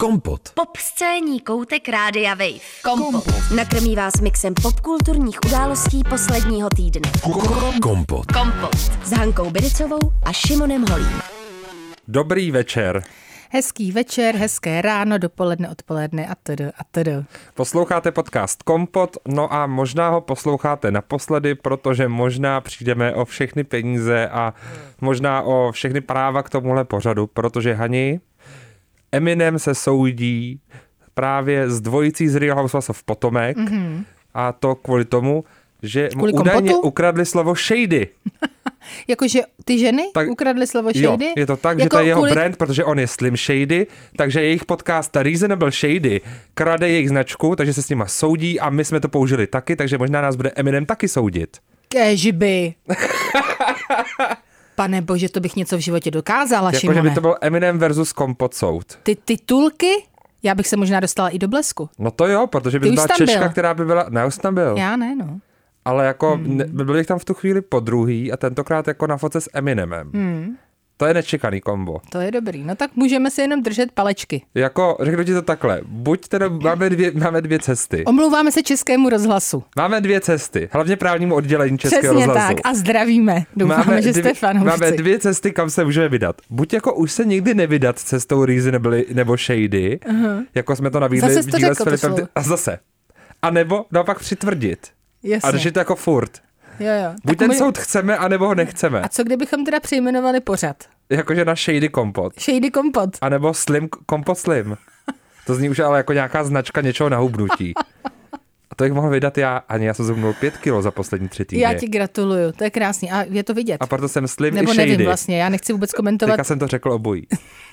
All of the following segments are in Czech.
Kompot. Popscénní koutek Rádia Wave. Kompot. Nakrmí vás mixem popkulturních událostí posledního týdne. Kompot. S Hankou Bidicovou a Šimonem Holím. Dobrý večer. Hezký večer, hezké ráno, dopoledne, odpoledne a td. Posloucháte podcast Kompot, no a možná ho posloucháte naposledy, protože možná přijdeme o všechny peníze a možná o všechny práva k tomuhle pořadu, protože Hani, Eminem se soudí právě s dvojicí z Real Housewives of Potomac a to kvůli tomu, že mu údajně ukradli slovo shady. Jakože ty ženy ukradly slovo shady? Jo, je to tak, že to je jeho brand, protože on je Slim Shady, takže jejich podcast Reasonable Shady krade jejich značku, takže se s nima soudí a my jsme to použili taky, takže možná nás bude Eminem taky soudit. Kéžiby. Pane bože, to bych něco v životě dokázala, Šimone. Jakože by to byl Eminem versus Kompot soud. Ty titulky? Já bych se možná dostala i do blesku. No to jo, protože by byla Češka, která by byla... Ne, už tam byl. Já ne, no. Ale jako byl bych tam v tu chvíli po druhý a tentokrát jako na fotce s Eminemem. To je nečekaný kombo. To je dobrý. No tak můžeme si jenom držet palečky. Jako, řeknu ti to takhle, buď teda máme dvě cesty. Omlouváme se Českému rozhlasu. Máme dvě cesty, hlavně právnímu oddělení Českého rozhlasu. Přesně tak a zdravíme. Doufáme, že jste fanoušci. Máme dvě cesty, kam se můžeme vydat. Buď jako už se nikdy nevydat cestou Reasonable nebo Shady, jako jsme to nabídli v díle s Filipem. A zase. A nebo naopak přitvrdit. Jasně. A řešit to jako furt. Jo. Buď ten soud chceme, anebo ho nechceme. A co kdybychom teda přejmenovali pořad? Jakože na Shady Kompot. Shady Kompot. A nebo Slim Kompot Slim. To zní už ale jako nějaká značka něčeho na hubnutí. A to bych mohl vydat já. Ani já jsem zhubnul 5 kilo za poslední 3 týdny. Já ti gratuluju, to je krásný. A je to vidět. A proto jsem Slim nebo i Shady. Nevím vlastně, já nechci vůbec komentovat. Teďka jsem to řekl obojí.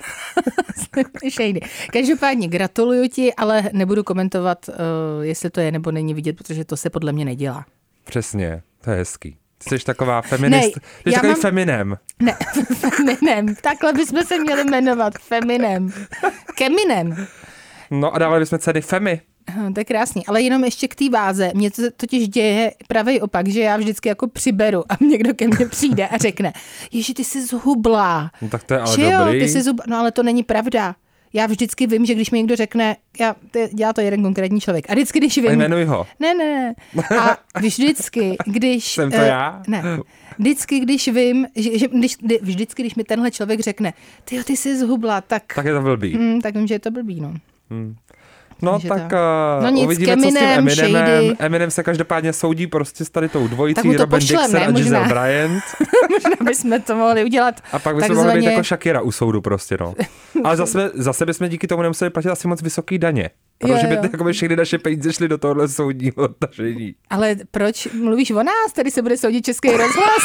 Slim i Shady. Každopádně gratuluju ti, ale nebudu komentovat, jestli to je nebo není vidět, protože to se podle mě nedělá. Přesně, to je hezký. Ty jsi taková feminist. Ty jsi takový feminem. Ne, feminem. Takhle bychom se měli jmenovat. Feminem. Keminem. No a dávali bychom ceny Femi. To je krásný, ale jenom ještě k té váze. Mně to totiž děje pravý opak, že já vždycky jako přiberu a někdo ke mně přijde a řekne, Ježi, ty jsi zhubla. No tak to je ale dobrý. dobrý. Ty jsi no ale to není pravda. Já vždycky vím, že když mi někdo řekne, dělá to jeden konkrétní člověk. A vždycky, když vím... Jmenuj ho. Ne. A vždycky, když... Jsem to já? Ne. Vždycky, když vím, vždycky, když mi tenhle člověk řekne, ty jsi zhubla, tak... Tak je to blbý. Tak vím, že je to blbý, no. No tak nic, uvidíme, co s tím Eminemem. Eminem se každopádně soudí prostě s tady tou dvojicí Robin Dixon a Giselle Bryant. Možná bychom to mohli udělat. A pak bychom mohli být jako Shakira u soudu prostě, no. Ale zase bychom díky tomu nemuseli platit asi moc vysoký daně. Protože by jako všechny naše peníze šly do tohohle soudního tažení. Ale proč mluvíš o nás? Tady se bude soudit Český rozhlas.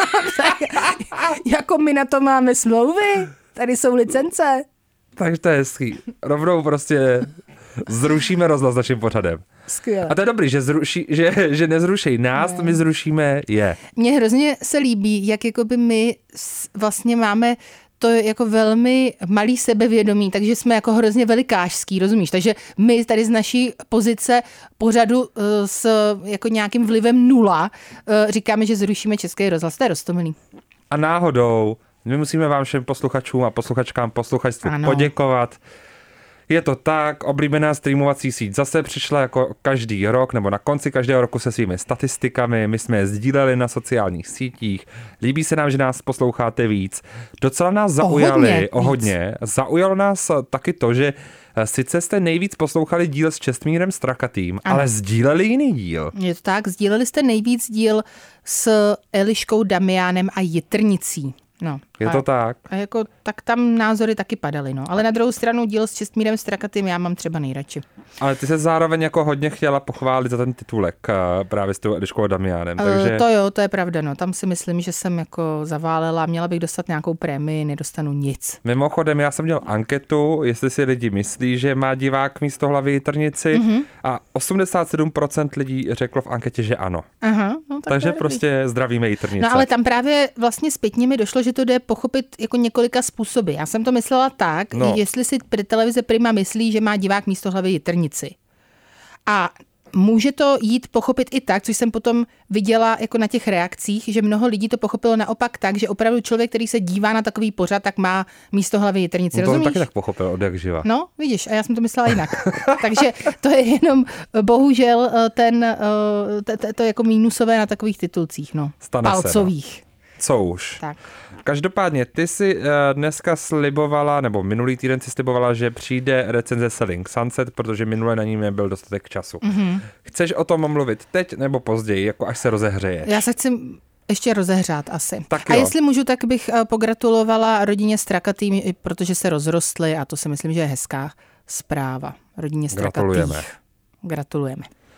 Jako my na to máme smlouvy. Tady jsou licence. Takže to je hezký. Rovnou prostě zrušíme rozhlas naším pořadem. Skvěle. A to je dobrý, že nezrušej nás, my zrušíme je. Mně hrozně se líbí, jak jakoby my vlastně máme to jako velmi malý sebevědomí, takže jsme jako hrozně velikářský, rozumíš? Takže my tady z naší pozice pořadu s jako nějakým vlivem 0 říkáme, že zrušíme Český rozhlas. To je roztomilý. A náhodou my musíme vám všem posluchačům a posluchačkám posluchačstvu poděkovat. Je to tak, oblíbená streamovací síť zase přišla jako každý rok, nebo na konci každého roku se svými statistikami, my jsme je sdíleli na sociálních sítích, líbí se nám, že nás posloucháte víc. Docela nás zaujali, hodně. Zaujalo nás taky to, že sice jste nejvíc poslouchali díl s Čestmírem Strakatým, ale sdíleli jiný díl. Je to tak, sdíleli jste nejvíc díl s Eliškou Damiánem a Jitrnicí. No, je to tak. A jako, tak tam názory taky padaly, no. Ale na druhou stranu díl s Čestmírem Strakatým já mám třeba nejradši. Ale ty se zároveň jako hodně chtěla pochválit za ten titulek právě s tou Eliškou Damiánem, takže... To jo, to je pravda, no. Tam si myslím, že jsem jako zaválela, měla bych dostat nějakou prémii, nedostanu nic. Mimochodem, já jsem dělal anketu, jestli si lidi myslí, že má divák místo hlavy Jitrnici a 87% lidí řeklo v anketě, že ano. Aha, no, takže prostě zdravíme Jitrnice. No ale tam právě vlastně zpětně mi došlo, že to jde pochopit jako několika způsoby. Já jsem to myslela tak, jestli si televize Prima myslí, že má divák místo hlavy Jitrnici. A může to jít pochopit i tak, což jsem potom viděla jako na těch reakcích, že mnoho lidí to pochopilo naopak tak, že opravdu člověk, který se dívá na takový pořad, tak má místo hlavy jitrnici, No, rozumíš? To taky tak pochopil od jak živa. No, vidíš, a já jsem to myslela jinak. Takže to je jenom bohužel to jako mínusové na takových titulcích, no. Stane palcových. Se, no. Co už. Tak. Každopádně, ty si dneska slibovala, nebo minulý týden si slibovala, že přijde recenze Selling Sunset, protože minule na ní nebyl dostatek času. Mm-hmm. Chceš o tom mluvit teď nebo později, jako až se rozehřeješ? Já se chci ještě rozehřát asi. Tak a jestli můžu, tak bych pogratulovala rodině Strakatým, protože se rozrostly a to si myslím, že je hezká zpráva. Rodině Strakatých. Gratulujeme.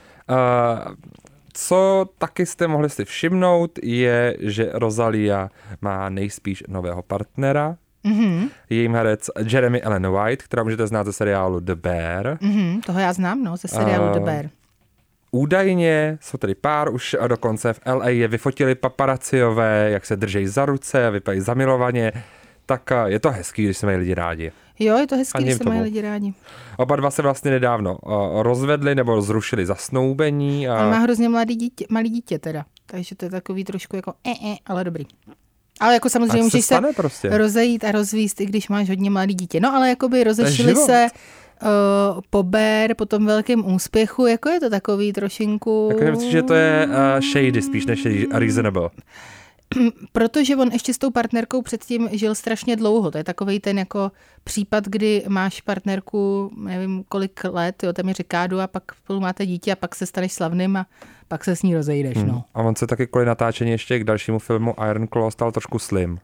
Co taky jste mohli si všimnout, je, že Rosalia má nejspíš nového partnera. Mm-hmm. Jejím herec Jeremy Allen White, která můžete znát ze seriálu The Bear. Mm-hmm, toho já znám, no, ze seriálu The Bear. Údajně jsou tady pár, už dokonce v LA je vyfotili paparaciové, jak se držejí za ruce a vypadají zamilovaně. Tak je to hezký, když se mají lidi rádi. Jo, je to hezký, když se mají lidi rádi. Oba dva se vlastně nedávno rozvedli nebo zrušili zasnoubení. On má hrozně malý dítě teda, takže to je takový trošku jako ale dobrý. Ale jako samozřejmě můžeš se prostě rozejít a rozvíst, i když máš hodně mladý dítě. No ale jakoby rozešli se po Bear, po tom velkém úspěchu, jako je to takový trošinku... Jako myslím, že to je shady spíš než reasonable. Protože on ještě s tou partnerkou předtím žil strašně dlouho. To je takovej ten jako případ, kdy máš partnerku, nevím kolik let, jo, téměř dekádu a pak spolu máte dítě a pak se staneš slavným a pak se s ní rozejdeš. No. A on se taky kvůli natáčení ještě k dalšímu filmu Iron Claw stal trošku slim.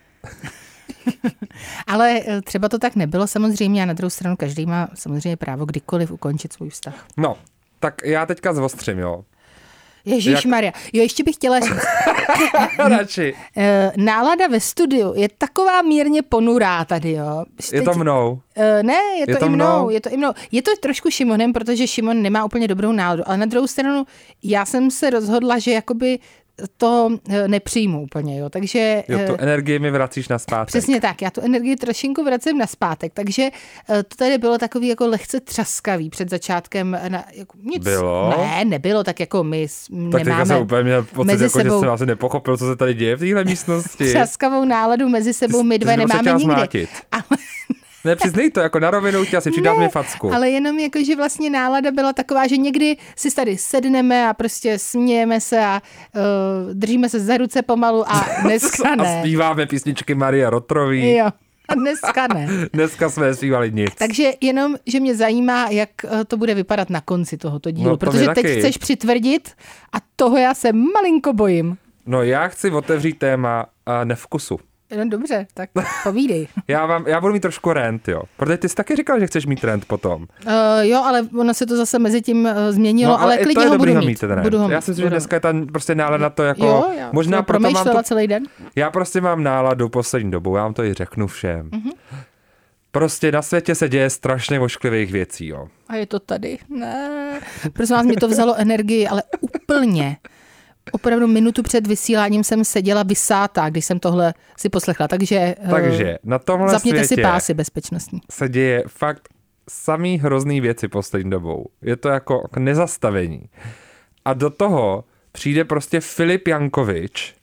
Ale třeba to tak nebylo samozřejmě a na druhou stranu každý má samozřejmě právo kdykoliv ukončit svůj vztah. No, tak já teďka zvostřím, jo. Ježišmarja. Jo, ještě bych chtěla říct. Radši. Nálada ve studiu je taková mírně ponurá tady, jo. Je to mnou? Ne, je to i mnou. Je to trošku Šimonem, protože Šimon nemá úplně dobrou náladu, ale na druhou stranu já jsem se rozhodla, že jakoby to nepřijmu úplně, jo, takže... Jo, tu energii mi vracíš nazpátek. Přesně tak, já tu energii trošinku vracím nazpátek, takže to tady bylo takový jako lehce třaskavý před začátkem. Jako nic. Bylo? Ne, nebylo, tak jako my tak nemáme... Tak jsem úplně měl pocit, jako, sebou... že jsem asi nepochopil, co se tady děje v téhle místnosti. Třaskavou náladu mezi sebou my dva nemáme nikdy. Ne, přiznej to, jako na rovinu tě asi přidám mi facku. Ale jenom jako, že vlastně nálada byla taková, že někdy si tady sedneme a prostě smějeme se a držíme se za ruce pomalu a dneska ne. A zpíváme písničky Maria Rotrový. Jo, a dneska ne. Dneska jsme nespívali nic. Takže jenom, že mě zajímá, jak to bude vypadat na konci tohoto dílu, no, protože teď chceš přitvrdit a toho já se malinko bojím. No já chci otevřít téma nevkusu. No dobře, tak povídej. Já budu mít trošku rant, jo. Protože ty jsi taky říkal, že chceš mít rant potom. Jo, ale ono se to zase mezi tím změnilo, ale klidně ho budu mít. Já si myslím, že dneska je tam prostě nálada to jako... Jo, já možná proto mám to, celý den. Já prostě mám náladu poslední dobou, já vám to i řeknu všem. Mm-hmm. Prostě na světě se děje strašně ošklivých věcí, jo. A je to tady. Ne. Prosím vás, mi to vzalo energii, ale úplně... Opravdu minutu před vysíláním jsem seděla vysátá, když jsem tohle si poslechla, takže na tomhle zapněte světě si pásy bezpečnostní. Se děje fakt samý hrozný věci poslední dobou. Je to jako nezastavení. A do toho přijde prostě Filip Jankovič.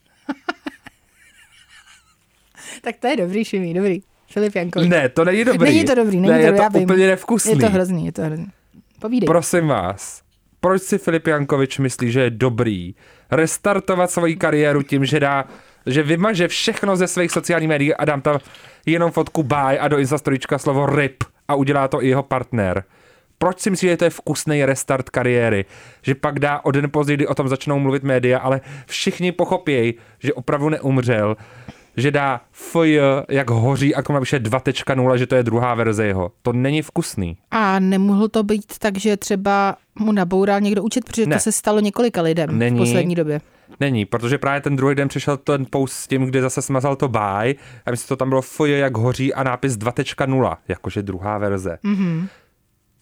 Tak to je dobrý, Šimí, dobrý. Filip Jankovič. Ne, to není dobrý. Není to dobrý, je to úplně nevkusný. Je to hrozný. Povídej. Prosím vás, proč si Filip Jankovič myslí, že je dobrý restartovat svoji kariéru tím, že vymaže všechno ze svých sociálních médií a dám tam jenom fotku bye a do Instastoryčka slovo RIP a udělá to i jeho partner. Proč si myslí, že to je vkusný restart kariéry? Že pak dá o den později, kdy o tom začnou mluvit média, ale všichni pochopějí, že opravdu neumřel, že dá jak hoří, a má vyše 2.0, že to je druhá verze jeho. To není vkusný. A nemohl to být tak, že třeba mu naboural někdo účet, protože to se stalo několika lidem v poslední době. Není, protože právě ten druhý den přišel ten post s tím, kde zase smazal to bye a myslím, že to tam bylo jak hoří a nápis 2.0, jakože druhá verze. Mm-hmm.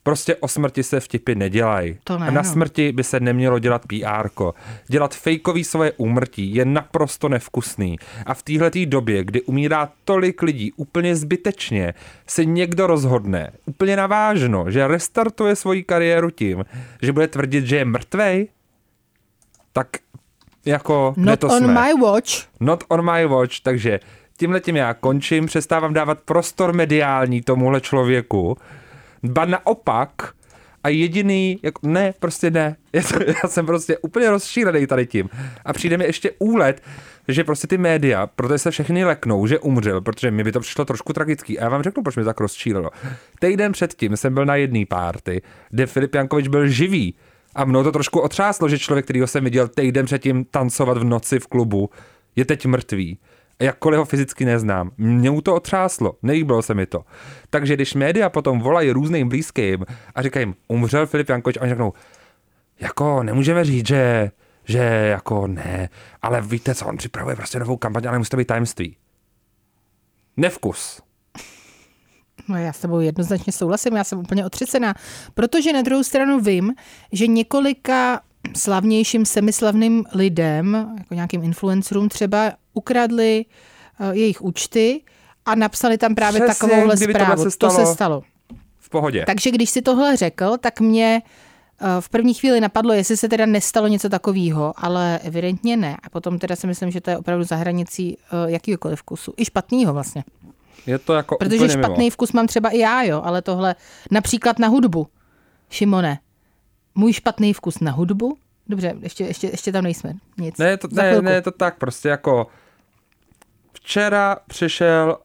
Prostě o smrti se vtipy nedělají. A na smrti by se nemělo dělat PR-ko. Dělat fejkový svoje úmrtí je naprosto nevkusný. A v téhletý době, kdy umírá tolik lidí úplně zbytečně, se někdo rozhodne úplně navážno, že restartuje svoji kariéru tím, že bude tvrdit, že je mrtvej, tak jako Not to on jsme. my watch. Not on my watch, takže tímhletím já končím, přestávám dávat prostor mediální tomuhle člověku, ba naopak a jediný, jako, ne, prostě ne, já jsem prostě úplně rozšílený tady tím a přijde mi ještě úlet, že prostě ty média, protože se všechny leknou, že umřel, protože mi by to přišlo trošku tragický a já vám řeknu, proč mě tak rozčílilo. Týden předtím jsem byl na jedné party, kde Filip Jankovič byl živý a mnou to trošku otřáslo, že člověk, kterýho jsem viděl týden předtím tancovat v noci v klubu, je teď mrtvý. Jakkoliv ho fyzicky neznám. Mě mu to otřáslo, nelíbilo se mi to. Takže když média potom volají různým blízkým a říkají jim, umřel Filip Jankovič, a oni řeknou, jako nemůžeme říct, že jako ne, ale víte co, on připravuje prostě novou kampaň, ale musí to být tajemství. Nevkus. No já s tebou jednoznačně souhlasím, já jsem úplně otřesená, protože na druhou stranu vím, že několika slavnějším, semislavným lidem, jako nějakým influencerům třeba, ukradli jejich účty a napsali tam právě takovouhle zprávu. To se stalo. V pohodě. Takže když si tohle řekl, tak mě v první chvíli napadlo, jestli se teda nestalo něco takového, ale evidentně ne. A potom teda si myslím, že to je opravdu za hranicí jakýkoliv vkusu. I špatnýho vlastně. Je to jako protože úplně špatný mimo. vkus mám třeba i já, jo, ale tohle například na hudbu. Šimone, můj špatný vkus na hudbu? Dobře, ještě tam nejsme. Nic. Ne, je to tak, prostě jako včera přišel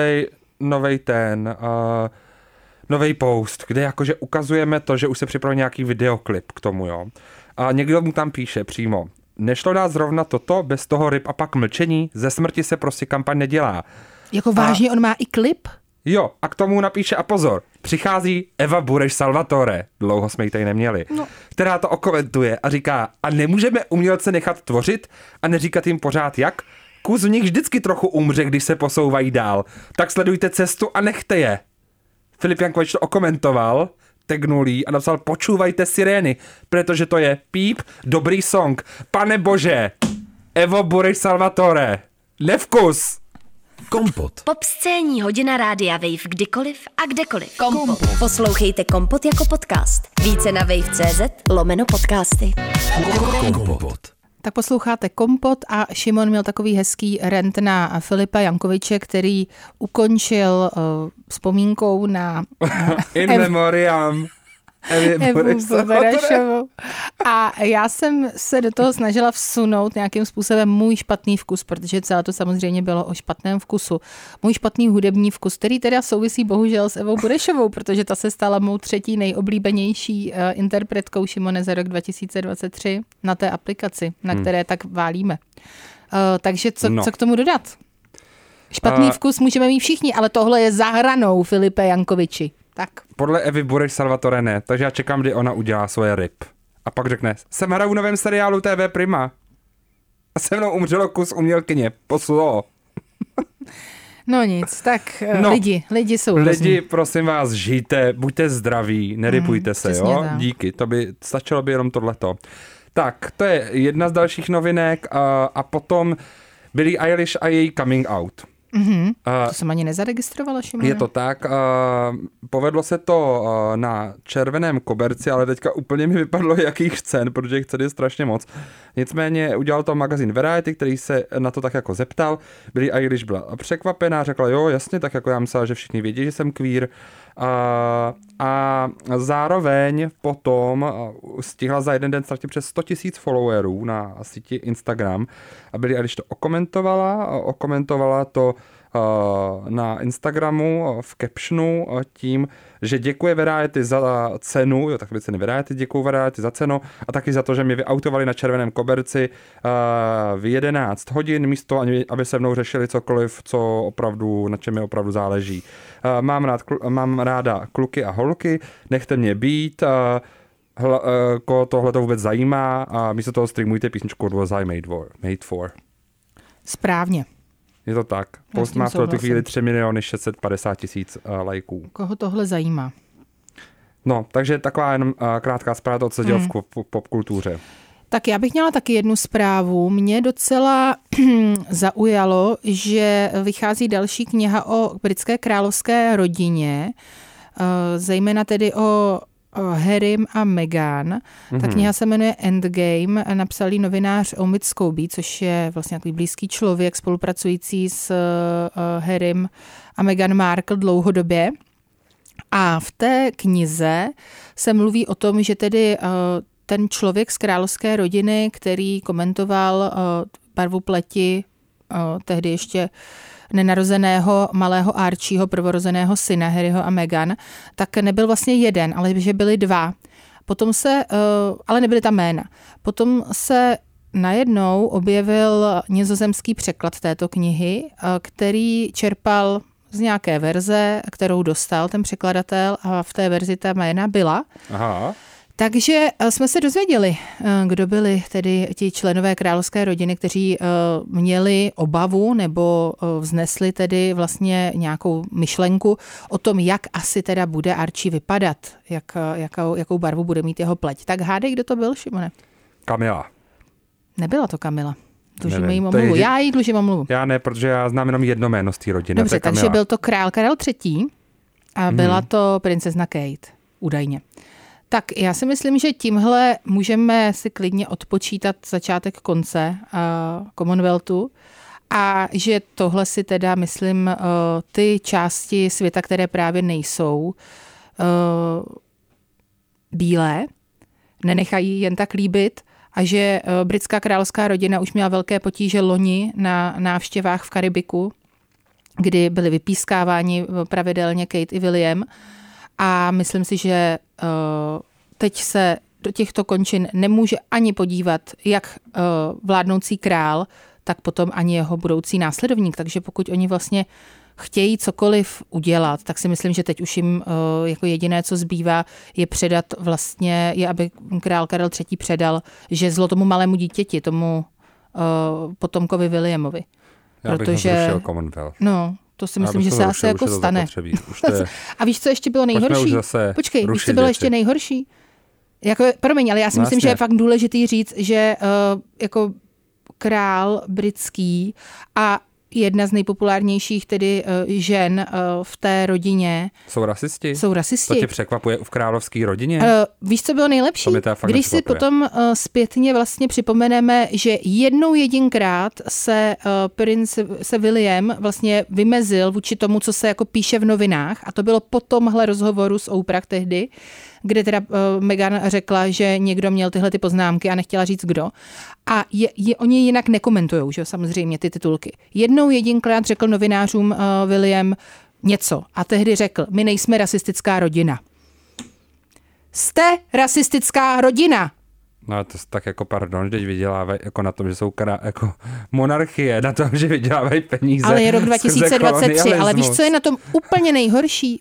novej post, kde jakože ukazujeme to, že už se připravil nějaký videoklip k tomu, jo. A někdo mu tam píše přímo, nešlo dát zrovna toto, bez toho ryb a pak mlčení, ze smrti se prostě kampaň nedělá. Jako vážně on má i klip? Jo, a k tomu napíše, a pozor, přichází Eva Bureš Salvatore, dlouho jsme ji tady neměli, která to okomentuje a říká, a nemůžeme umělce nechat tvořit a neříkat jim pořád jak? Kus v nich vždycky trochu umře, když se posouvají dál. Tak sledujte cestu a nechte je. Filip Jankovič to okomentoval, tagnul jí a napsal, počúvajte sirény, protože to je píp, dobrý song. Pane bože, Evo Bureš Salvatore, nevkus. Kompot. Popscénní hodina rádia Wave kdykoliv a kdekoliv. Kompot. Poslouchejte Kompot jako podcast. Více na wave.cz/podcasty. Kompot. Tak posloucháte Kompot a Šimon měl takový hezký rant na Filipa Jankoviče, který ukončil vzpomínkou na In memoriam. Evu Burešovou. A já jsem se do toho snažila vsunout nějakým způsobem můj špatný vkus, protože celé to samozřejmě bylo o špatném vkusu. Můj špatný hudební vkus, který teda souvisí bohužel s Evou Burešovou, protože ta se stala mou třetí nejoblíbenější interpretkou, Šimone, za rok 2023 na té aplikaci, na které tak válíme. Takže co k tomu dodat? Špatný vkus můžeme mít všichni, ale tohle je za hranou, Filipe Jankoviči. Tak. Podle Evy Bureš Salvatore ne, takže já čekám, kdy ona udělá svoje ryb. A pak řekne, jsem hraju v novém seriálu TV Prima. A se mnou umřelo kus umělkyně. Poslo. No nic, tak lidi jsou Lidi, prosím vás, žijte, buďte zdraví, neripujte se, jo? Tak. Díky, stačilo by jenom tohleto. Tak, to je jedna z dalších novinek a potom Billie Eilish a její coming out. To jsem ani nezaregistrovala, Šimone. Je to tak. Povedlo se to na červeném koberci, ale teďka úplně mi vypadlo, jakých cen, protože jich cen je strašně moc. Nicméně udělal to magazín Variety, který se na to tak jako zeptal. Billie Eilish byla překvapená, řekla, jo, jasně, tak jako já myslela, že všichni vědí, že jsem queer. A zároveň potom stihla za jeden den ztratit přes 100 000 followerů na síti Instagram. A Billie Eilish to okomentovala to na Instagramu v captionu tím, že děkuje Variety za cenu, jo, takhle ceny Variety, děkuju Variety za cenu a taky za to, že mě vyautovali na červeném koberci v 11 hodin, místo, aby se mnou řešili cokoliv, co opravdu, na čem mi opravdu záleží. Mám ráda kluky a holky, nechte mě být, koho tohle to vůbec zajímá a místo toho streamujte písničku What Was I Made For. Správně. Je to tak. Post má v tuto chvíli 3 650 000 lajků. Koho tohle zajímá? No, takže taková jenom krátká zpráva toho, co dělal v popkultuře. Tak já bych měla taky jednu zprávu. Mě docela zaujalo, že vychází další kniha o britské královské rodině, zejména tedy o Harrym a Meghan. Ta kniha se jmenuje Endgame, napsal ji novinář Omid Scobie, což je vlastně takový blízký člověk spolupracující s Harrym a Meghan Markle dlouhodobě. A v té knize se mluví o tom, že tedy ten člověk z královské rodiny, který komentoval barvu pleti tehdy ještě nenarozeného malého Archieho, prvorozeného syna Harryho a Meghan, tak nebyl vlastně jeden, ale že byli dva. Potom se, ale nebyly tam jména. Potom se najednou objevil nizozemský překlad této knihy, který čerpal z nějaké verze, kterou dostal ten překladatel a v té verzi ta jména byla. Aha. Takže jsme se dozvěděli, kdo byli tedy ti členové královské rodiny, kteří měli obavu nebo vznesli tedy vlastně nějakou myšlenku o tom, jak asi teda bude Archie vypadat, jakou barvu bude mít jeho pleť. Tak hádej, kdo to byl, Šimone? Camilla. Nebyla to Camilla. Dlužíme jim omluvu. Já jí dlužím omluvu. Já ne, protože já znám jenom jedno jméno z té rodiny. Dobře, takže byl to král Karel III. a byla to princezna Kate, údajně. Tak já si myslím, že tímhle můžeme si klidně odpočítat začátek konce Commonwealthu a že tohle si teda, myslím, ty části světa, které právě nejsou bílé, nenechají jen tak líbit a že britská královská rodina už měla velké potíže loni na návštěvách v Karibiku, kdy byli vypískáváni pravidelně Kate i William. A myslím si, že teď se do těchto končin nemůže ani podívat jak vládnoucí král, tak potom ani jeho budoucí následovník. Takže pokud oni vlastně chtějí cokoliv udělat, tak si myslím, že teď už jim jako jediné, co zbývá, je předat vlastně, je, aby král Karel III. Předal žezlo tomu malému dítěti, tomu potomkovi Williamovi. Já bych zrušil Commonwealth. No, to si myslím, že se asi jako stane. A víš, co ještě bylo nejhorší? Počkej, víš, co bylo ještě nejhorší? Promiň, ale já si myslím, že je fakt důležitý říct, že jako král britský a jedna z nejpopulárnějších tedy žen v té rodině. Jsou rasisti? Jsou rasisti. To tě překvapuje v královské rodině? Víš, co bylo nejlepší? Když si potom zpětně vlastně připomeneme, že jednou jedinkrát se prince William vlastně vymezil vůči tomu, co se jako píše v novinách, a to bylo po tomhle rozhovoru s Oprah tehdy, kde teda Meghan řekla, že někdo měl tyhle ty poznámky a nechtěla říct kdo. A oni jinak nekomentujou, že samozřejmě ty titulky. Jednou jedinkrát řekl novinářům William něco a tehdy řekl, my nejsme rasistická rodina. Jste rasistická rodina. No to tak jako pardon, že vydělávají jako na tom, že jsou jako monarchie, na tom, že vydělávají peníze. Ale je rok 2023, ale víš, co je na tom úplně nejhorší?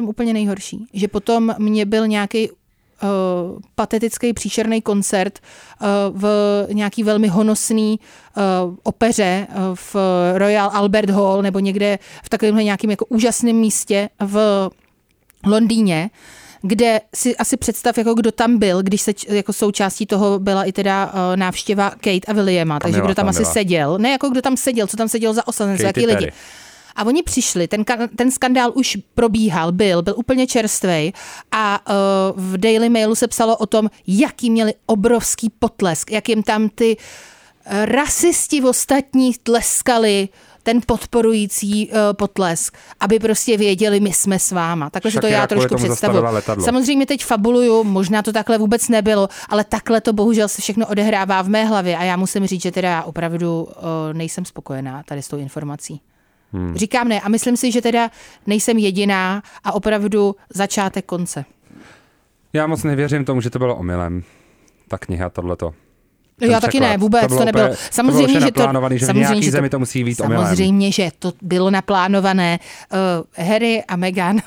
Že potom mě byl nějaký patetický příšerný koncert v nějaký velmi honosný opeře v Royal Albert Hall nebo někde v takovémhle nějakým jako úžasném místě v Londýně, kde si asi představ, jako kdo tam byl, když se jako součástí toho byla i teda návštěva Kate a Williama, takže kdo tam asi seděl. Ne jako kdo tam seděl, co tam seděl za osazenci, jaký lidi. A oni přišli, ten skandál už probíhal, byl úplně čerstvej a v Daily Mailu se psalo o tom, jaký měli obrovský potlesk, jak jim tam ty rasisti ostatní tleskali, ten podporující potlesk, aby prostě věděli, my jsme s váma. Takhle si to já trošku představuji. Samozřejmě teď fabuluju, možná to takhle vůbec nebylo, ale takhle to bohužel se všechno odehrává v mé hlavě a já musím říct, že teda já opravdu nejsem spokojená tady s tou informací. Říkám ne a myslím si, že teda nejsem jediná a opravdu začátek konce. Já moc nevěřím tomu, že to bylo omylem. Ta kniha, tohleto. Já taky ne, vůbec to nebylo. Samozřejmě, že v nějaký zemi to musí být omylem. Samozřejmě, že to bylo naplánované. Harry a Meghan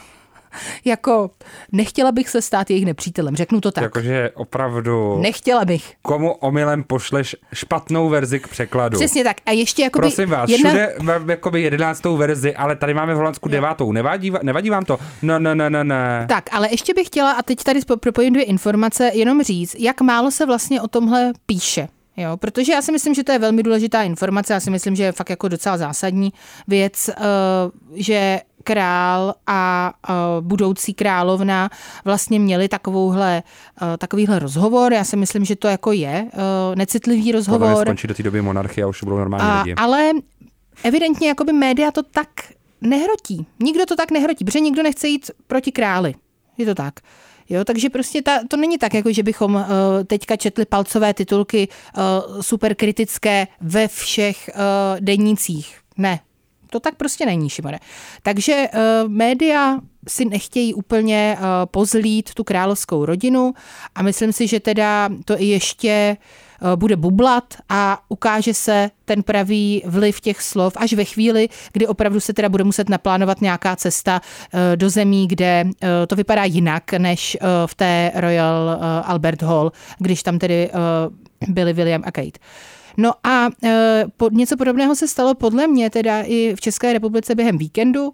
jako nechtěla bych se stát jejich nepřítelem, řeknu to tak. Jakože opravdu... Nechtěla bych. Komu omylem pošleš špatnou verzi k překladu. Přesně tak. A ještě jakoby... Prosím vás, všude mám jakoby 11. verzi, ale tady máme v Holandsku 9. Nevadí vám to? Ne. Tak, ale ještě bych chtěla, a teď tady propojím 2 informace, jenom říct, jak málo se vlastně o tomhle píše. Jo, protože já si myslím, že to je velmi důležitá informace, já si myslím, že je fakt jako docela zásadní věc, že král a budoucí královna vlastně měli takovýhle rozhovor. Já si myslím, že to jako je necitlivý rozhovor. Tohle skončí do té doby monarchie a už budou normální lidi. Ale evidentně jakoby média to tak nehrotí. Nikdo to tak nehrotí, protože nikdo nechce jít proti králi. Je to tak. Jo, takže prostě to není tak, jako že bychom teďka četli palcové titulky super kritické ve všech denících. Ne, to tak prostě není, Šimone. Takže média si nechtějí úplně pozlít tu královskou rodinu a myslím si, že teda to i ještě bude bublat a ukáže se ten pravý vliv těch slov až ve chvíli, kdy opravdu se teda bude muset naplánovat nějaká cesta do zemí, kde to vypadá jinak než v té Royal Albert Hall, když tam tedy byli William a Kate. No a něco podobného se stalo podle mě teda i v České republice během víkendu,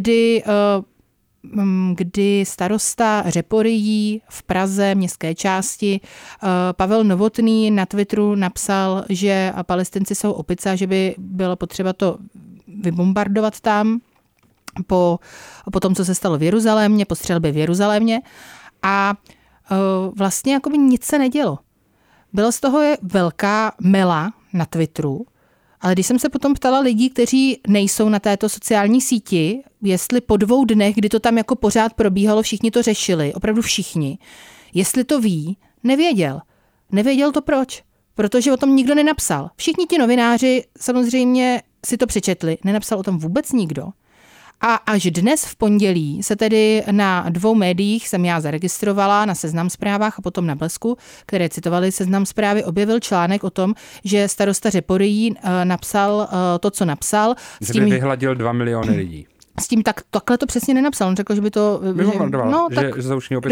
kdy starosta Řeporyjí v Praze, městské části, Pavel Novotný na Twitteru napsal, že Palestinci jsou opice, že by bylo potřeba to vybombardovat tam po tom, co se stalo v Jeruzalémě, po střelbě v Jeruzalémě a vlastně jakoby nic se nedělo. Bylo z toho velká mela na Twitteru, ale když jsem se potom ptala lidí, kteří nejsou na této sociální síti, jestli po 2 dnech, kdy to tam jako pořád probíhalo, všichni to řešili, opravdu všichni, jestli to ví, nevěděl. Nevěděl to proč, protože o tom nikdo nenapsal. Všichni ti novináři samozřejmě si to přečetli, nenapsal o tom vůbec nikdo. A až dnes v pondělí se tedy na 2 médiích jsem já zaregistrovala, na Seznam Zprávách a potom na Blesku, které citovali Seznam Zprávy, objevil článek o tom, že starosta Řeporyjí napsal to, co napsal. Že by vyhladil 2 miliony lidí. S tím takhle to přesně nenapsal. On řekl, že by to... že zauční opis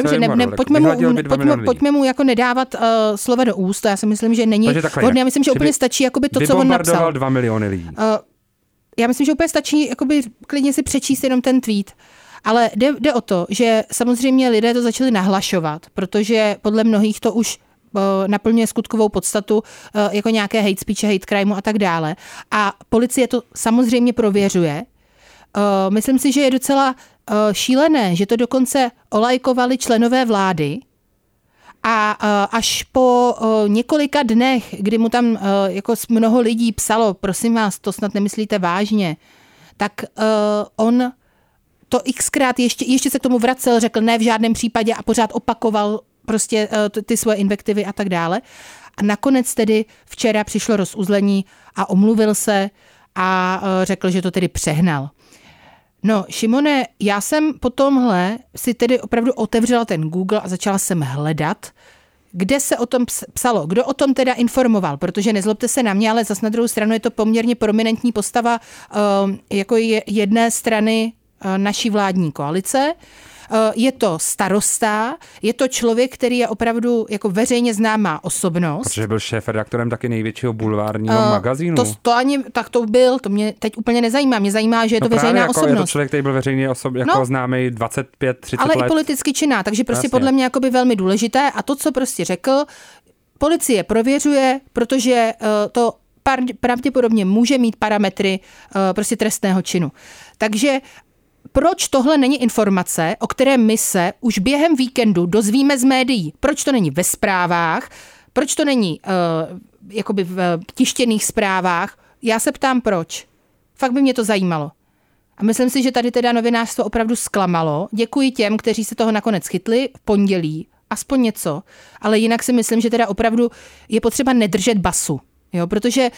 pojďme mu jako nedávat slova do úst. Já si myslím, že není vhodné. Já myslím, že úplně stačí jakoby to, co on napsal. 2 miliony lidí. Já myslím, že úplně stačí jakoby klidně si přečíst jenom ten tweet. Ale jde o to, že samozřejmě lidé to začali nahlašovat, protože podle mnohých to už naplňuje skutkovou podstatu jako nějaké hate speech, hate crime a tak dále. A policie to samozřejmě prověřuje. Myslím si, že je docela šílené, že to dokonce olajkovali členové vlády a až po několika dnech, kdy mu tam jako mnoho lidí psalo, prosím vás, to snad nemyslíte vážně, tak on to xkrát ještě se k tomu vracel, řekl ne v žádném případě a pořád opakoval prostě ty svoje invektivy a tak dále. A nakonec tedy včera přišlo rozuzlení a omluvil se a řekl, že to tedy přehnal. No, Šimone, já jsem po tomhle si tedy opravdu otevřela ten Google a začala jsem hledat, kde se o tom psalo, kdo o tom teda informoval, protože nezlobte se na mě, ale zas na druhou stranu je to poměrně prominentní postava jako jedné strany naší vládní koalice. Je to starosta, je to člověk, který je opravdu jako veřejně známá osobnost. Protože byl šéfredaktorem taky největšího bulvárního magazínu. To ani tak to byl, to mě teď úplně nezajímá. Mě zajímá, že je to veřejná osobnost. Je to člověk, který byl veřejně známý 25-30 ale let. Ale i politicky činná, takže prostě podle mě jakoby velmi důležité. A to, co prostě řekl, policie prověřuje, protože to pravděpodobně může mít parametry prostě trestného činu. Takže proč tohle není informace, o které my se už během víkendu dozvíme z médií? Proč to není ve zprávách? Proč to není jakoby v tištěných zprávách? Já se ptám, proč. Fakt by mě to zajímalo. A myslím si, že tady teda novinářstvo opravdu zklamalo. Děkuji těm, kteří se toho nakonec chytli v pondělí. Aspoň něco. Ale jinak si myslím, že teda opravdu je potřeba nedržet basu. Jo, protože...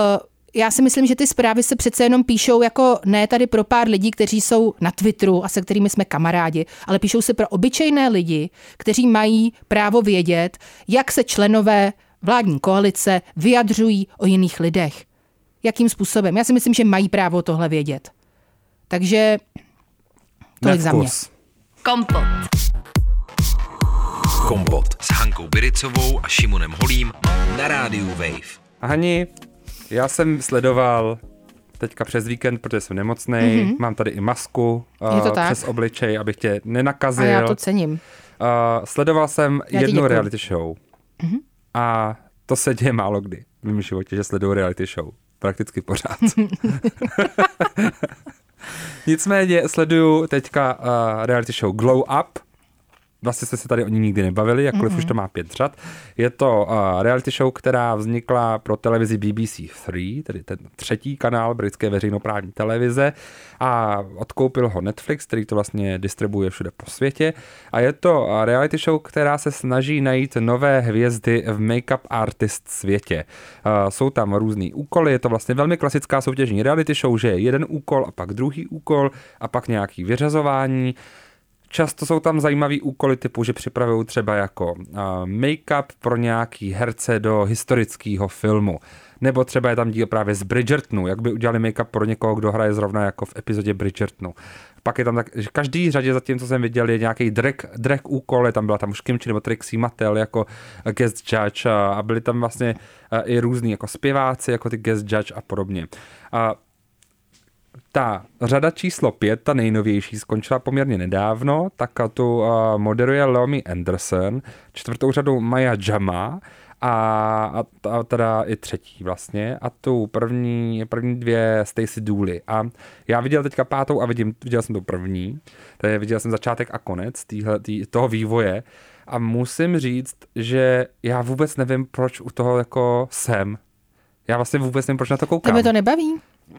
já si myslím, že ty zprávy se přece jenom píšou jako ne tady pro pár lidí, kteří jsou na Twitteru a se kterými jsme kamarádi, ale píšou se pro obyčejné lidi, kteří mají právo vědět, jak se členové vládní koalice vyjadřují o jiných lidech. Jakým způsobem? Já si myslím, že mají právo tohle vědět. Takže tolik za mě. Kompot. Kompot s Hankou Biricovou a Šimonem Holím na rádiu Wave. Hani, já jsem sledoval teďka přes víkend, protože jsem nemocnej, mám tady i masku přes obličej, abych tě nenakazil. A já to cením. Sledoval jsem jednu reality show a to se děje málo kdy v mém životě, že sleduju reality show. Prakticky pořád. Nicméně sleduju teďka reality show Glow Up. Vlastně jste se tady o ní nikdy nebavili, jakkoliv už to má 5 řad. Je to reality show, která vznikla pro televizi BBC3, tedy ten 3. kanál britské veřejnoprávní televize, a odkoupil ho Netflix, který to vlastně distribuuje všude po světě. A je to reality show, která se snaží najít nové hvězdy v make-up artist světě. Jsou tam různý úkoly, je to vlastně velmi klasická soutěžní reality show, že je jeden úkol a pak druhý úkol a pak nějaký vyřazování. Často jsou tam zajímavý úkoly typu, že připravují třeba jako make-up pro nějaký herce do historického filmu. Nebo třeba je tam díl právě z Bridgertonu, jak by udělali make-up pro někoho, kdo hraje zrovna jako v epizodě Bridgertonu. Pak je tam tak, že každý řadě zatím, co jsem viděl, je nějaký drag úkol, byla tam už Kimchi nebo Trixie Mattel jako guest judge a byli tam vlastně i různý jako zpěváci, jako ty guest judge a podobně. Ta řada číslo 5, ta nejnovější, skončila poměrně nedávno, tak tu moderuje Leomi Anderson, 4. řadu Maya Jama a teda i 3. vlastně a tu první 2 Stacey Dooley. A já viděl teďka 5. a viděl jsem tu první, takže viděl jsem začátek a konec toho vývoje a musím říct, že já vůbec nevím, proč u toho jako jsem. Já vlastně vůbec nevím, proč na to koukám. Tebe to nebaví?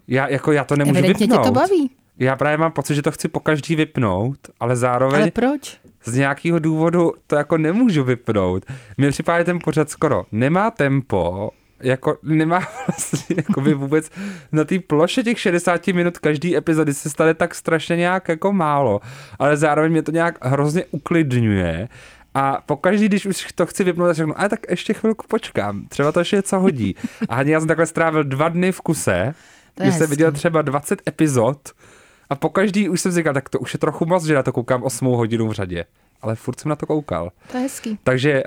Já to nemůžu evidentně vypnout. Tě to baví. Já právě mám pocit, že to chci pokaždý vypnout, ale zároveň... Ale proč? Z nějakého důvodu to jako nemůžu vypnout. Mně připadá ten pořad skoro nemá tempo, jako nemá vlastně jako by vůbec na té ploše těch 60 minut každý epizody se stane tak strašně nějak jako málo, ale zároveň mě to nějak hrozně uklidňuje. A pokaždý, když už to chci vypnout, tak řeknu, tak ještě chvilku počkám, třeba to ještě něco hodí. A já jsem takhle strávil 2 dny v kuse, když jsem viděl třeba 20 epizod a pokaždý už jsem říkal, tak to už je trochu moc, že na to koukám 8 hodin v řadě. Ale furt jsem na to koukal. To je hezký. Takže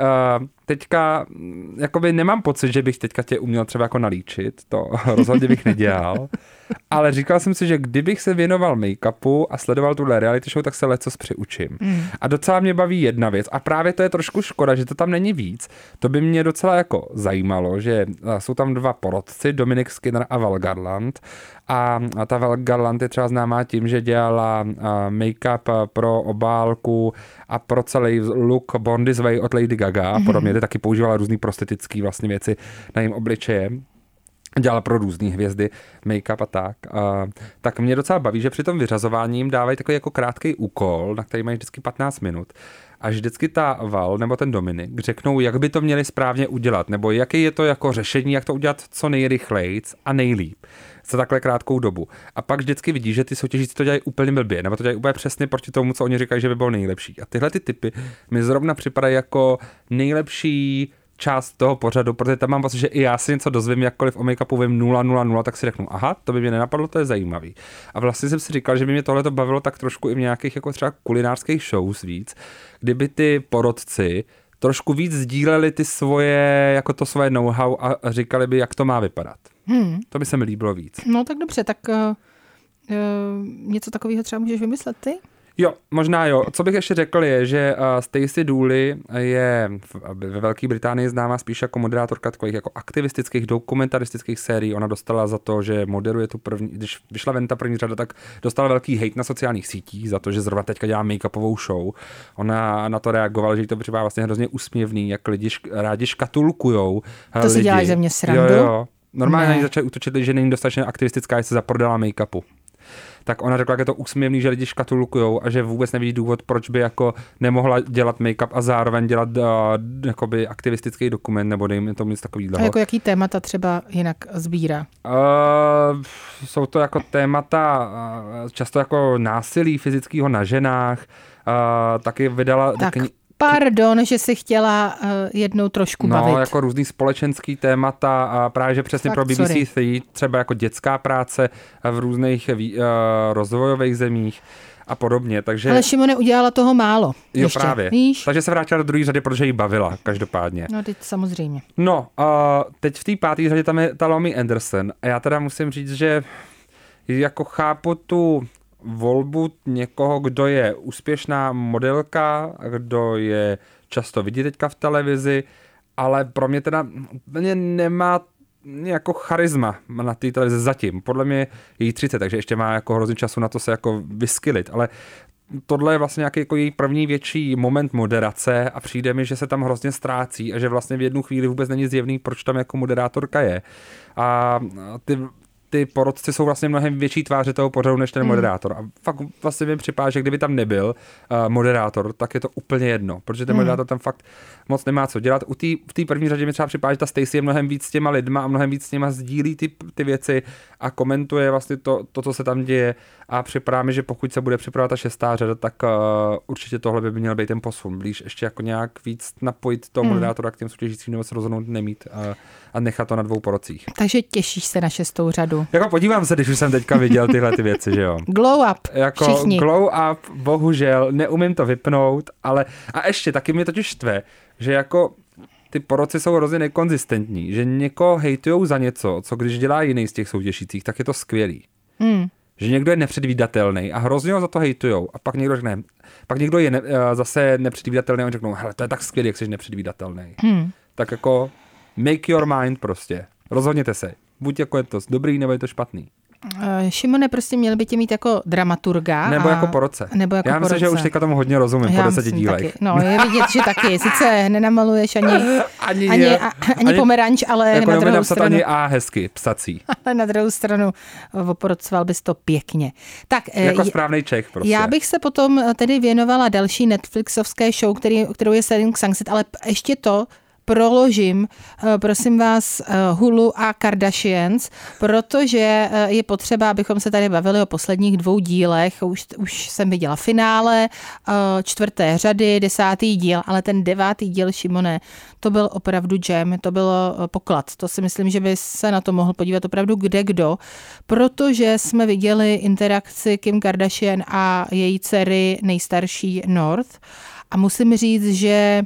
teďka jakoby nemám pocit, že bych teďka tě uměl třeba jako nalíčit, to rozhodně bych nedělal, ale říkal jsem si, že kdybych se věnoval make-upu a sledoval tuhle reality show, tak se lecos přiučím. A docela mě baví jedna věc a právě to je trošku škoda, že to tam není víc. To by mě docela jako zajímalo, že jsou tam 2 porotci, Dominic Skinner a Val Garland, a ta Val Garland je třeba známá tím, že dělala make-up pro obálku a pro celý look Born This Way od Lady Gaga a podobně, taky používala různý prostetický vlastně věci na jejím obličeje. Dělala pro různý hvězdy make-up a tak. Tak mě docela baví, že při tom vyřazování jim dávají takový jako krátký úkol, na který mají vždycky 15 minut. A vždycky ta Val nebo ten Dominik řeknou, jak by to měli správně udělat, nebo jaký je to jako řešení, jak to udělat co nejrychlejc a nejlíp za takhle krátkou dobu. A pak vždycky vidí, že ty soutěžíci to dělají úplně blbě, nebo to dělají úplně přesně proti tomu, co oni říkají, že by bylo nejlepší. A tyhle ty typy mi zrovna připadají jako nejlepší část toho pořadu, protože tam mám pocit, že i já si něco dozvím, jakkoliv o make-upu vím 000, tak si řeknu, aha, to by mě nenapadlo, to je zajímavý. A vlastně jsem si říkal, že by mě tohle to bavilo tak trošku i v nějakých jako třeba kulinářských shows víc, kdyby ty porotci trošku víc sdíleli ty svoje, jako to svoje know-how a říkali by, jak to má vypadat. To by se mi líbilo víc. No tak dobře, tak něco takového třeba můžeš vymyslet ty? Jo, možná jo. Co bych ještě řekl je, že Stacey Dooley je ve Velké Británii známá spíš jako moderátorka takových jako aktivistických, dokumentaristických sérií. Ona dostala za to, že moderuje tu první, když vyšla ven ta první řada, tak dostala velký hejt na sociálních sítích za to, že zrovna teďka dělá make-upovou show. Ona na to reagovala, že jí to připadá vlastně hrozně úsměvný, jak lidi rádi škatulkujou. To si děláš ze mě srandu? Jo. Normálně na ní začali útočit, že není dostatečně aktivistická, že se zaprodala make-upu. Tak ona řekla, jak je to úsměvný, že lidi škatulkujou a že vůbec nevidí důvod, proč by jako nemohla dělat make-up a zároveň dělat jakoby aktivistický dokument, nebo dejme tomu něco takového. A jako jaký témata třeba jinak sbírá? Jsou to jako témata často jako násilí fyzického na ženách, taky vydala... Pardon, že si chtěla jednou trošku bavit. No, jako různý společenský témata a právě, že přesně pro BBC3 třeba jako dětská práce v různých rozvojových zemích. a podobně. Takže... Ale Šimone udělala toho málo. Jo, ještě. právě. Víš? Takže se vrátila do druhé řady, protože jí bavila, každopádně. No, teď samozřejmě. No, teď v té páté řadě tam je ta Lomi Anderson a já teda musím říct, že jako chápu tu volbu někoho, kdo je úspěšná modelka, kdo je často vidět teďka v televizi, ale pro mě teda úplně nemá jako charisma na té televizi zatím. Podle mě je jí 30, takže ještě má jako hrozně času na to se jako vyskylit, ale tohle je vlastně nějaký jako její první větší moment moderace a přijde mi, že se tam hrozně ztrácí a že vlastně v jednu chvíli vůbec není zjevný, proč tam jako moderátorka je. A ty porodci jsou vlastně mnohem větší tváře toho pořadu než ten moderátor. A fakt vlastně mi připadá, že kdyby tam nebyl moderátor, tak je to úplně jedno, protože ten moderátor tam fakt moc nemá co dělat. V té první řadě mi třeba připadá, že ta Stacey je mnohem víc s těma lidma a mnohem víc s nima sdílí ty věci a komentuje vlastně to, co se tam děje a připadá mi, že pokud se bude připravovat ta 6. řada, tak určitě tohle by měl být ten posun. Blíž ještě jako nějak víc napojit toho moderátora k těm soutěžícím nebo se rozhodnout nemít a nechat to na 2 porocích. Takže těšíš se na 6. řadu. Jako podívám se, když už jsem teďka viděl tyhle ty věci, že jo. Glow up, jako všichni. Glow up, bohužel, neumím to vypnout, ale a ještě taky mě totiž štve, že jako ty poroci jsou hrozně nekonzistentní, že někoho hejtujou za něco, co když dělá jiný z těch soutěžících, tak je to skvělý. Že někdo je nepředvídatelný a hrozně ho za to hejtujou a pak někdo řekne, pak někdo je zase nepředvídatelný a on řeknou, hele, to je tak skvělý, jak jsi nepředvídatelný. Tak jako make your mind prostě. Rozhodněte se. Buď jako je to dobrý, nebo je to špatný. Šimone, prostě měl by tě mít jako dramaturga. Nebo jako poroce. Já myslím, že už teďka tomu hodně rozumím po 10 dílech. No, je vidět, že taky. Sice nenamaluješ ani pomeranč, ale jako na druhou stranu. Ani A hezky, psací. Ale na druhou stranu oporocoval bys to pěkně. Tak, jako správnej Čech prostě. Já bych se potom tedy věnovala další Netflixovské show, kterou je Selling Sunset, ale ještě to proložím, prosím vás, Hulu a Kardashians, protože je potřeba, abychom se tady bavili o posledních 2 dílech. Už jsem viděla finále 4. řady, 10. díl, ale ten 9. díl, Šimone, to byl opravdu jam, to bylo poklad. To si myslím, že by se na to mohl podívat opravdu kdo, protože jsme viděli interakci Kim Kardashian a její dcery nejstarší North a musím říct, že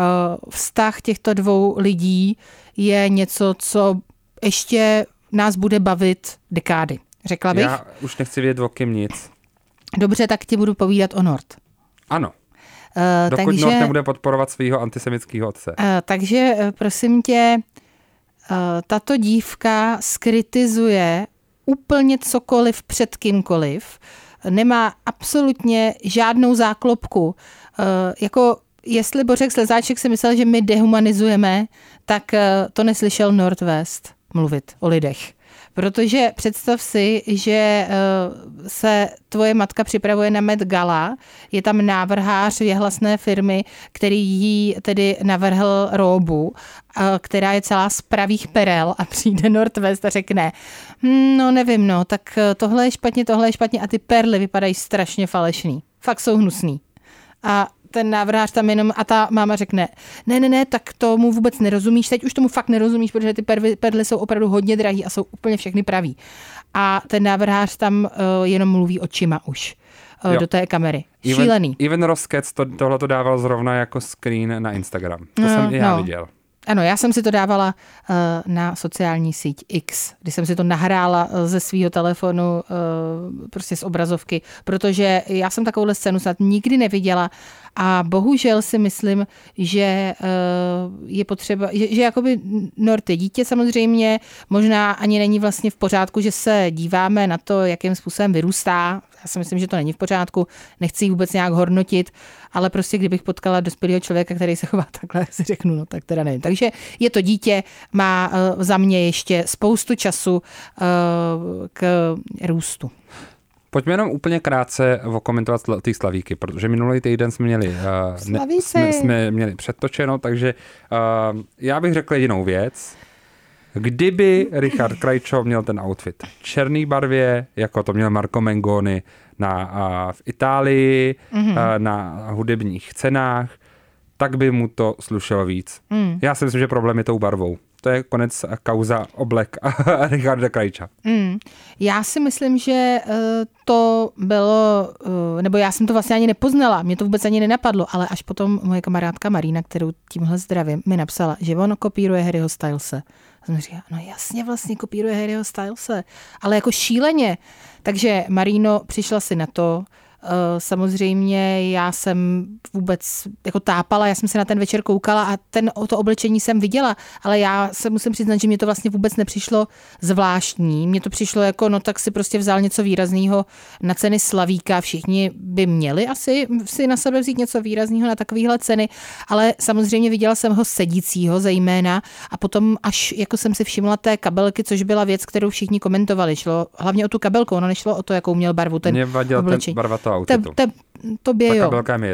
vztah těchto 2 lidí je něco, co ještě nás bude bavit dekády. Řekla bych? Já už nechci vědět o Kim nic. Dobře, tak ti budu povídat o North. Ano. Dokud North nebude podporovat svého antisemického otce. Takže prosím tě, tato dívka skritizuje úplně cokoliv před kýmkoliv. Nemá absolutně žádnou záklopku. Jako jestli Bořek Slezáček si myslel, že my dehumanizujeme, tak to neslyšel Northwest mluvit o lidech. Protože představ si, že se tvoje matka připravuje na Met Gala, je tam návrhář věhlasné firmy, který jí tedy navrhl róbu, která je celá z pravých perel a přijde Northwest a řekne, no nevím, no, tak tohle je špatně a ty perly vypadají strašně falešný. Fakt jsou hnusný. A ten návrhář tam jenom a ta máma řekne, ne, tak tomu vůbec nerozumíš, teď už tomu fakt nerozumíš, protože ty perly jsou opravdu hodně drahý a jsou úplně všechny pravý. A ten návrhář tam jenom mluví očima už do té kamery. Šílený. Even Roskec tohle to dával zrovna jako screen na Instagram. To jsem i já viděl. Ano, já jsem si to dávala na sociální síť X, kdy jsem si to nahrála ze svého telefonu, prostě z obrazovky, protože já jsem takovouhle scénu snad nikdy neviděla a bohužel si myslím, že je potřeba, že jakoby North je dítě samozřejmě, možná ani není vlastně v pořádku, že se díváme na to, jakým způsobem vyrůstá. Já si myslím, že to není v pořádku, nechci ji vůbec nějak hodnotit, ale prostě kdybych potkala dospělého člověka, který se chová takhle, si řeknu, no tak teda nevím. Takže je to dítě, má za mě ještě spoustu času k růstu. Pojďme jenom úplně krátce okomentovat ty slavíky, protože minulý týden jsme měli předtočeno, takže já bych řekl jedinou věc. Kdyby Richard Krajčo měl ten outfit v černý barvě, jako to měl Marco Mengoni v Itálii, na hudebních cenách, tak by mu to slušelo víc. Já si myslím, že problém je tou barvou. to je konec kauza Oblek a Richarda Krajča. Já si myslím, že to bylo, nebo já jsem to vlastně ani nepoznala, mě to vůbec ani nenapadlo, ale až potom moje kamarádka Marína, kterou tímhle zdravím, mi napsala, že on kopíruje Harryho Stylese. A jsem říkala, no jasně vlastně kopíruje Harryho Stylese, ale jako šíleně. Takže Maríno, přišla si na to. Samozřejmě já jsem vůbec jako tápala, já jsem se na ten večer koukala a to oblečení jsem viděla, ale já se musím přiznat, že mě to vlastně vůbec nepřišlo zvláštní. Mně to přišlo jako, no tak si prostě vzal něco výrazného na ceny Slavíka. Všichni by měli asi si na sebe vzít něco výrazného na takovéhle ceny, ale samozřejmě viděla jsem ho sedícího zejména a potom až jako jsem si všimla té kabelky, což byla věc, kterou všichni komentovali. Šlo hlavně o tu kabelku, ono nešlo o to, jakou měl barvu ten oblečení. Tobě jo,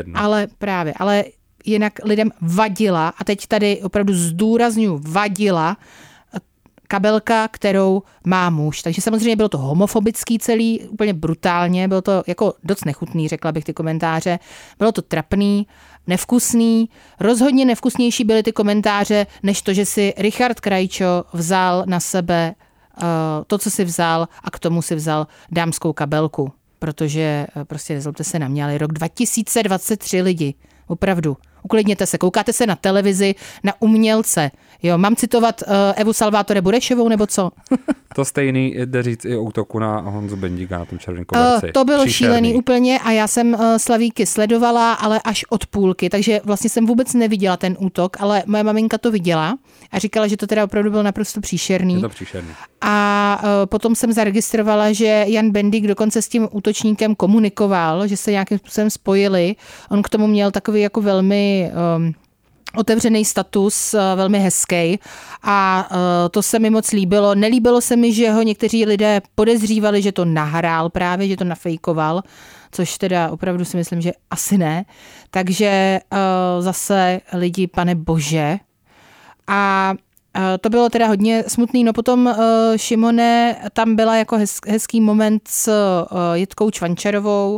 ale jinak lidem vadila, a teď tady opravdu zdůrazňuji, vadila kabelka, kterou má muž. Takže samozřejmě bylo to homofobický celý, úplně brutálně, bylo to jako dost nechutný, řekla bych ty komentáře. Bylo to trapný, nevkusný, rozhodně nevkusnější byly ty komentáře, než to, že si Richard Krajčo vzal na sebe to, co si vzal, a k tomu si vzal dámskou kabelku. Protože prostě nezlobte se na mě, ale rok 2023 lidi, opravdu, uklidněte se, koukáte se na televizi, na umělce. Jo, mám citovat Evu Salvátore Burešovou, nebo co? To stejný jde říct i o útoku na Honzu Bendíka na tom červeném koberci. To bylo šílený úplně a já jsem Slavíky sledovala, ale až od půlky, takže vlastně jsem vůbec neviděla ten útok, ale moje maminka to viděla a říkala, že to teda opravdu bylo naprosto příšerný. Je to příšerný. A potom jsem zaregistrovala, že Jan Bendik dokonce s tím útočníkem komunikoval, že se nějakým způsobem spojili. On k tomu měl takový jako velmi otevřený status, velmi hezký, a to se mi moc líbilo. Nelíbilo se mi, že ho někteří lidé podezřívali, že to nahrál právě, že to nafejkoval, což teda opravdu si myslím, že asi ne. Takže zase lidi, pane bože. A to bylo teda hodně smutný. No potom, Šimone, tam byla jako hezký moment s Jitkou Čvančarovou,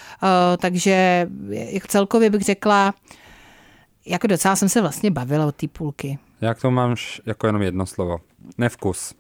takže celkově bych řekla, jako docela jsem se vlastně bavila od té půlky. Jak to máš jako jenom jedno slovo? Nevkus.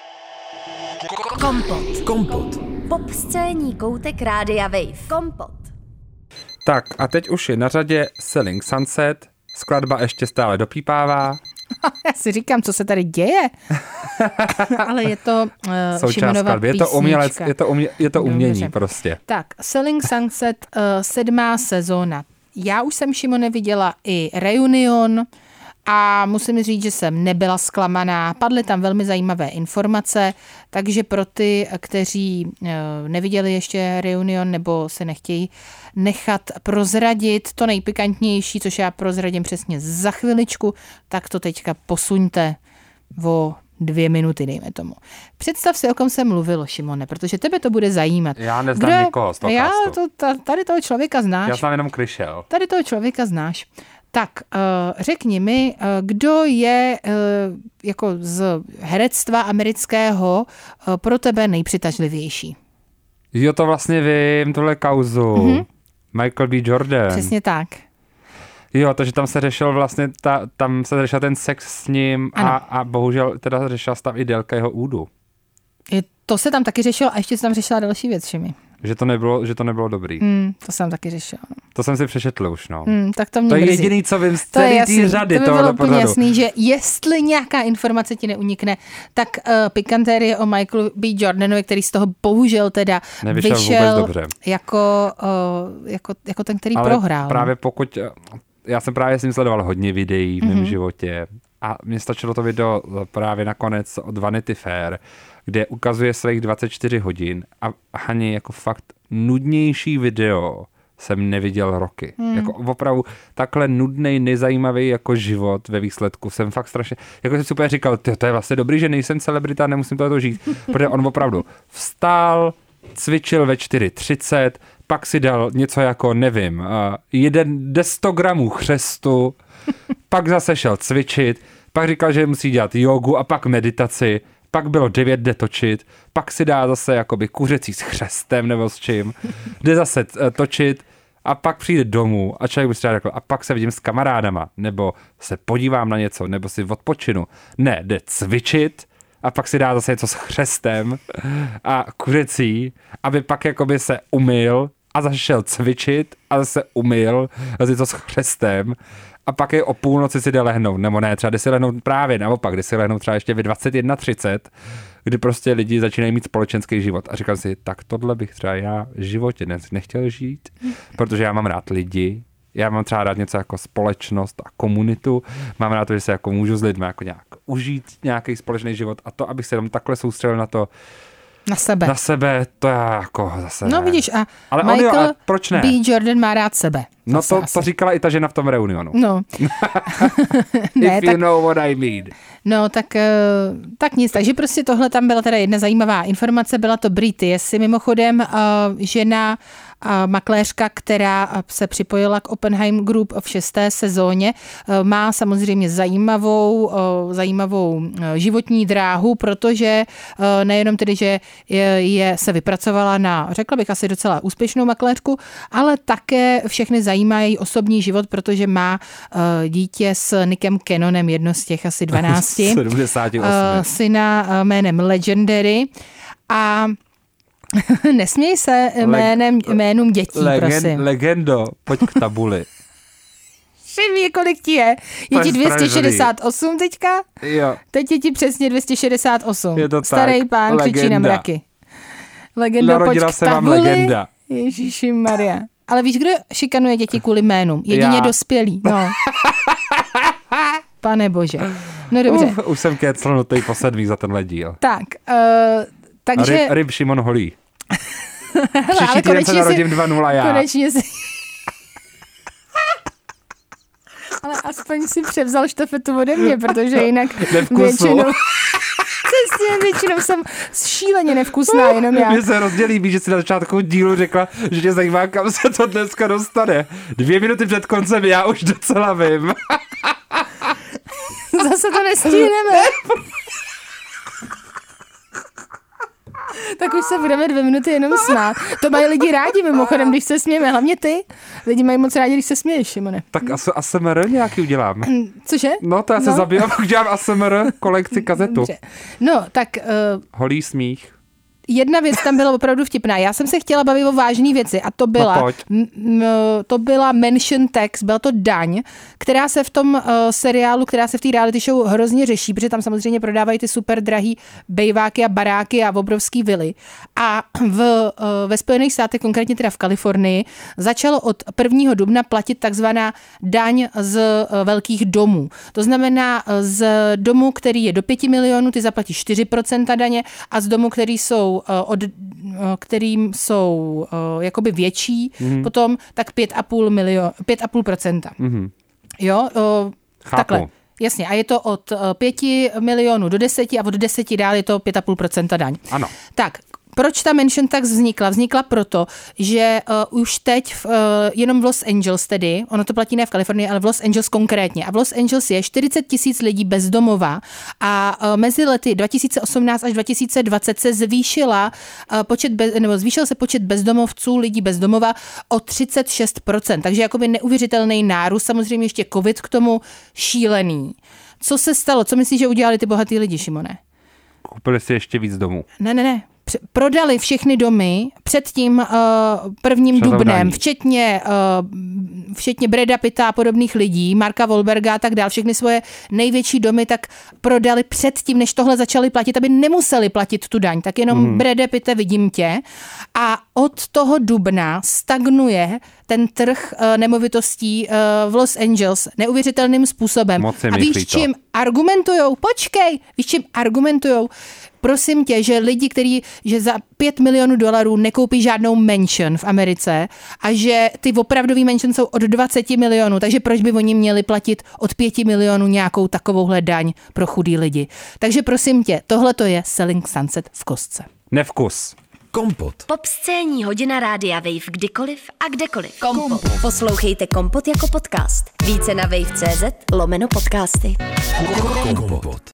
Kompot. Pop scénní koutek Rádia Wave. Kompot. Tak a teď už je na řadě Selling Sunset. Skladba ještě stále dopípává. Já si říkám, co se tady děje. Ale je to Šimonova písnička. Je to umění prostě. Tak, Selling Sunset, 7. sezóna. Já už jsem, Šimone, viděla i Reunion a musím říct, že jsem nebyla zklamaná. Padly tam velmi zajímavé informace, takže pro ty, kteří neviděli ještě Reunion nebo se nechtějí nechat prozradit to nejpikantnější, což já prozradím přesně za chviličku, tak to teďka posuňte o 2 minuty, dejme tomu. Představ si, o kom se mluvilo, Šimone, protože tebe to bude zajímat. Já neznám nikoho z toho castu. Tady toho člověka znáš. Já znám jenom Kryšel. Tady toho člověka znáš. Tak, řekni mi, kdo je jako z herectva amerického pro tebe nejpřitažlivější? Jo, to vlastně vím, tohle kauzu. Mm-hmm. Michael B. Jordan. Přesně tak. Jo, takže tam se řešil vlastně, tam se řešil ten sex s ním a bohužel teda řešila se tam i délka jeho údu. To se tam taky řešilo a ještě se tam řešila další věc, Šimi. Že to nebylo dobrý. To jsem taky řešila. No. To jsem si přečetl už, no. Tak to mě to je mrzí. jediný, co vím z celé té řady. To by bylo úplně jasný, že jestli nějaká informace ti neunikne, tak pikantérie o Michaelu B. Jordanovi, který z toho bohužel teda vyšel jako ten, který prohrál. Právě pokud, já jsem právě s ním sledoval hodně videí v mém životě a mně stačilo to video právě nakonec od Vanity Fair, kde ukazuje svých 24 hodin a Hani jako fakt nudnější video jsem neviděl roky. Jako opravdu takhle nudnej, nezajímavý jako život ve výsledku jsem fakt strašně, jako jsem si úplně říkal, to je vlastně dobrý, že nejsem celebrita, nemusím to žít, protože on opravdu vstál, cvičil ve 4:30, pak si dal něco jako, nevím, 100 gramů chřestu, pak zase šel cvičit, pak říkal, že musí dělat jogu a pak meditaci, pak bylo 9 jde točit, pak si dá zase jakoby kuřecí s chřestem nebo s čím, jde zase točit A pak přijde domů a člověk by si třeba řekl, a pak se vidím s kamarádama, nebo se podívám na něco, nebo si odpočinu. Ne, jde cvičit a pak si dá zase něco s chřestem a kuřecí, aby pak jakoby se umyl a zašel cvičit a zase umyl a si to s chřestem a pak je o půlnoci si jde lehnout, nebo ne, třeba jde si lehnout právě naopak, jde si lehnout třeba ještě ve 21:30, kdy prostě lidi začínají mít společenský život a říkám si, tak tohle bych třeba já v životě nechtěl žít, protože já mám rád lidi, já mám třeba rád něco jako společnost a komunitu, mám rád to, že se jako můžu s lidmi jako nějak užít nějaký společný život a to, abych se tam takhle soustředil na to, na sebe, to já jako zase no ne. Vidíš, a ale Michael proč ne? B. Jordan má rád sebe. No to říkala i ta žena v tom reunionu. No. Ne, If you know what I mean. No, tak nic. Takže prostě tohle tam byla teda jedna zajímavá informace. Byla to Brie Tiesi, mimochodem žena makléřka, která se připojila k Oppenheim Group v 6. sezóně. Má samozřejmě zajímavou životní dráhu, protože nejenom tedy, že se vypracovala na, řekla bych, asi docela úspěšnou makléřku, ale také všechny zajímá její osobní život, protože má dítě s Nickem Cannonem, jedno z těch asi 12. 78. Syna jménem Legendary. A nesměj se jménům dětí, prosím. Legendo, pojď k tabuli. Šiví, kolik ti je? Je ti 268 teďka? Jo. Teď je ti přesně 268. Je to starý tak. pán křičí na mraky. Legenda, pojď k tabuli. Legenda. Ježíši Maria. Ale víš, kdo šikanuje děti kvůli jménům? Jedině dospělí. No. Pane bože. No dobře. Už jsem keclnutý po 7 za tenhle díl. Tak, takže... Ryb Šimon Holý. Příští týden se narodím 2-0 já. Konečně si... Ale aspoň si převzal štafetu ode mě, protože jinak většinou... Přesně, většinou jsem šíleně nevkusná, jenom já. Mně se hrozně líbí, že si na začátku dílu řekla, že tě zajímá, kam se to dneska dostane. 2 minuty před koncem já už docela vím. Zase to nestihneme. Tak už se budeme 2 minuty jenom smát. To mají lidi rádi mimochodem, když se smějeme. Hlavně ty. Lidi mají moc rádi, když se směješ, Šimone. Tak ASMR nějaký udělám. Cože? No to já se zabývám, udělám ASMR kolekci kazetu. No, tak... Holý smích. Jedna věc tam byla opravdu vtipná. Já jsem se chtěla bavit o vážné věci a to byla mention tax, byla to daň, která se v tom seriálu, která se v té reality show hrozně řeší, protože tam samozřejmě prodávají ty super drahý bejváky a baráky a obrovský vily. A ve Spojených státech, konkrétně teda v Kalifornii, začalo od 1. dubna platit takzvaná daň z velkých domů. To znamená z domu, který je do 5 milionů, ty zaplatí 4% daně a z domu, kterým jsou jakoby větší, potom tak 5,5%. Mm-hmm. Jo, takhle. Jasně, a je to od 5 milionů do 10 a od 10 dál je to 5,5% daň. Ano. Tak, proč ta mention tax vznikla? Vznikla proto, že už teď jenom v Los Angeles tedy, ono to platí ne v Kalifornii, ale v Los Angeles konkrétně. A v Los Angeles je 40 000 lidí bez domova a mezi lety 2018 až 2020 se zvýšil se počet bezdomovců, lidí bez domova o 36%. Takže jakoby neuvěřitelný nárůst, samozřejmě ještě covid k tomu šílený. Co se stalo? Co myslíš, že udělali ty bohatý lidi, Šimone? Koupili si ještě víc domů. Ne. Prodali všechny domy před tím 1. dubnem, včetně Brada Pitta a podobných lidí, Marka Wahlberga a tak dál, všechny svoje největší domy tak prodali před tím, než tohle začali platit, aby nemuseli platit tu daň. Tak jenom Brada Pitta, vidím tě. A od toho dubna stagnuje ten trh nemovitostí v Los Angeles neuvěřitelným způsobem. A víš, čím argumentujou? Počkej, víš, čím argumentujou? Prosím tě, že lidi, že za $5 milionů nekoupí žádnou mansion v Americe a že ty opravdový mansion jsou od 20 milionů, takže proč by oni měli platit od 5 milionů nějakou takovouhle daň pro chudý lidi? Takže prosím tě, tohle to je Selling Sunset v kostce. Nevkus. Kompot. Popscénní hodina rádia Wave kdykoliv a kdekoliv. Kompot. Poslouchejte Kompot jako podcast. Více na wave.cz/podcasty. Kompot.